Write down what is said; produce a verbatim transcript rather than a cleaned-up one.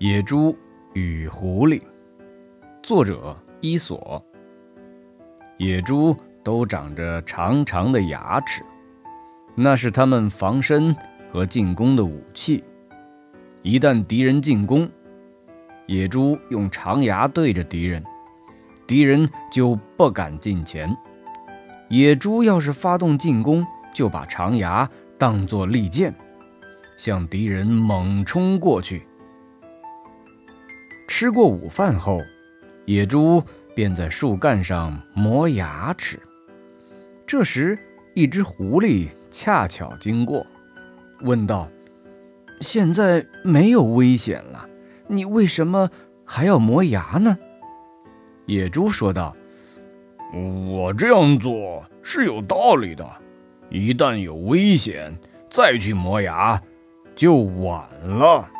野猪与狐狸，作者伊索。野猪都长着长长的牙齿，那是它们防身和进攻的武器。一旦敌人进攻，野猪用长牙对着敌人，敌人就不敢近前。野猪要是发动进攻，就把长牙当作利剑，向敌人猛冲过去。吃过午饭后，野猪便在树干上磨牙齿。这时，一只狐狸恰巧经过，问道：“现在没有危险了，你为什么还要磨牙呢？”野猪说道：“ 我这样做是有道理的，一旦有危险，再去磨牙就晚了。”